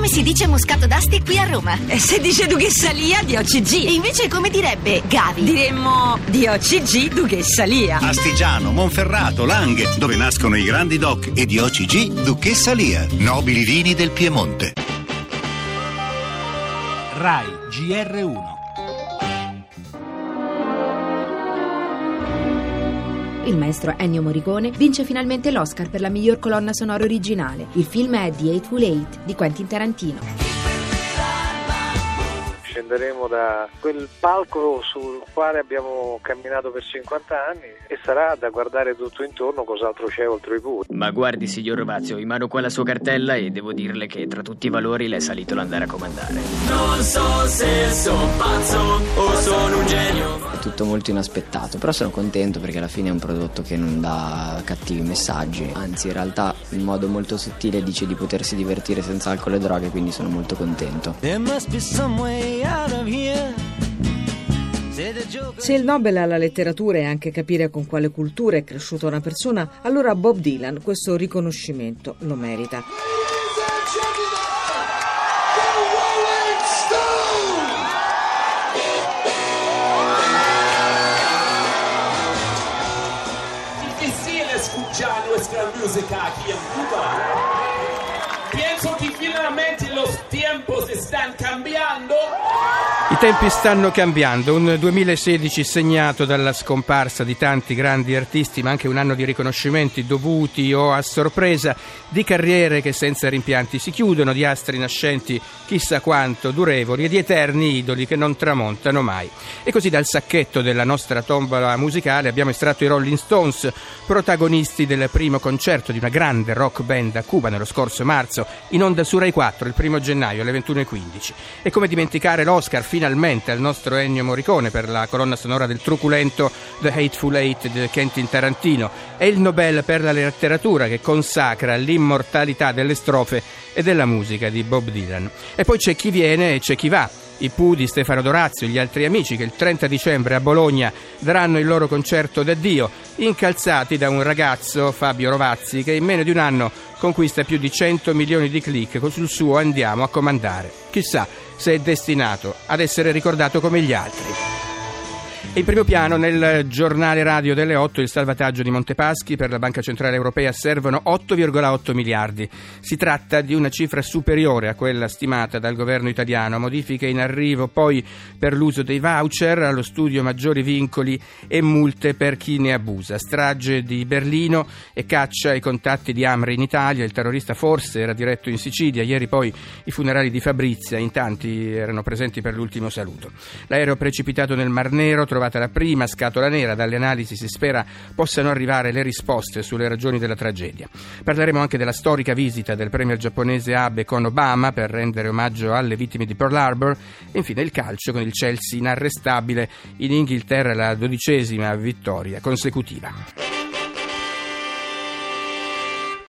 Come si dice Moscato d'Asti qui a Roma? E se dice Duchessa Lia, DOCG. E invece come direbbe Gavi? Diremmo DOCG, Duchessa Lia. Astigiano, Monferrato, Langhe, dove nascono i grandi doc, e DOCG, Duchessa Lia. Nobili vini del Piemonte. Rai GR1. Il maestro Ennio Morricone vince finalmente l'Oscar per la miglior colonna sonora originale. Il film è The Hateful Eight di Quentin Tarantino. Scenderemo da quel palco sul quale abbiamo camminato per 50 anni e sarà da guardare tutto intorno cos'altro c'è oltre i puri. Ma guardi, signor Rovazio, in mano qua la sua cartella e devo dirle che tra tutti i valori le è salito l'andare a comandare. Non so se sono pazzo o sono un genio. È tutto molto inaspettato, però sono contento perché alla fine è un prodotto che non dà cattivi messaggi, anzi in realtà in modo molto sottile dice di potersi divertire senza alcol e droghe, quindi sono molto contento. Se il Nobel alla letteratura è anche capire con quale cultura è cresciuta una persona, allora Bob Dylan questo riconoscimento lo merita. Difficile escuchar nuestra música aquí en Cuba. Pienso que finalmente los tiempos están cambiando. I tempi stanno cambiando, un 2016 segnato dalla scomparsa di tanti grandi artisti, ma anche un anno di riconoscimenti dovuti o a sorpresa, di carriere che senza rimpianti si chiudono, di astri nascenti chissà quanto durevoli e di eterni idoli che non tramontano mai. E così dal sacchetto della nostra tombola musicale abbiamo estratto i Rolling Stones, protagonisti del primo concerto di una grande rock band a Cuba nello scorso marzo, in onda su Rai 4 il 1 gennaio alle 21:15. E come dimenticare l'Oscar finalmente al nostro Ennio Morricone per la colonna sonora del truculento The Hateful Eight di Quentin Tarantino, e il Nobel per la letteratura che consacra l'immortalità delle strofe e della musica di Bob Dylan. E poi c'è chi viene e c'è chi va. I Pooh di Stefano Dorazio, gli altri amici che il 30 dicembre a Bologna daranno il loro concerto d'addio, incalzati da un ragazzo, Fabio Rovazzi, che in meno di un anno conquista più di 100 milioni di click sul suo Andiamo a comandare. Chissà se è destinato ad essere ricordato come gli altri. In primo piano nel giornale radio delle 8 il salvataggio di Montepaschi. Per la Banca Centrale Europea servono 8,8 miliardi. Si tratta di una cifra superiore a quella stimata dal governo italiano. Modifiche in arrivo poi per l'uso dei voucher, allo studio maggiori vincoli e multe per chi ne abusa. Strage di Berlino e caccia ai contatti di Amri in Italia. Il terrorista forse era diretto in Sicilia. Ieri poi i funerali di Fabrizia, in tanti erano presenti per l'ultimo saluto. L'aereo precipitato nel Mar Nero, trovata la prima scatola nera, dalle analisi si spera possano arrivare le risposte sulle ragioni della tragedia. Parleremo anche della storica visita del premier giapponese Abe con Obama per rendere omaggio alle vittime di Pearl Harbor e infine il calcio con il Chelsea inarrestabile in Inghilterra, la 12ª vittoria consecutiva.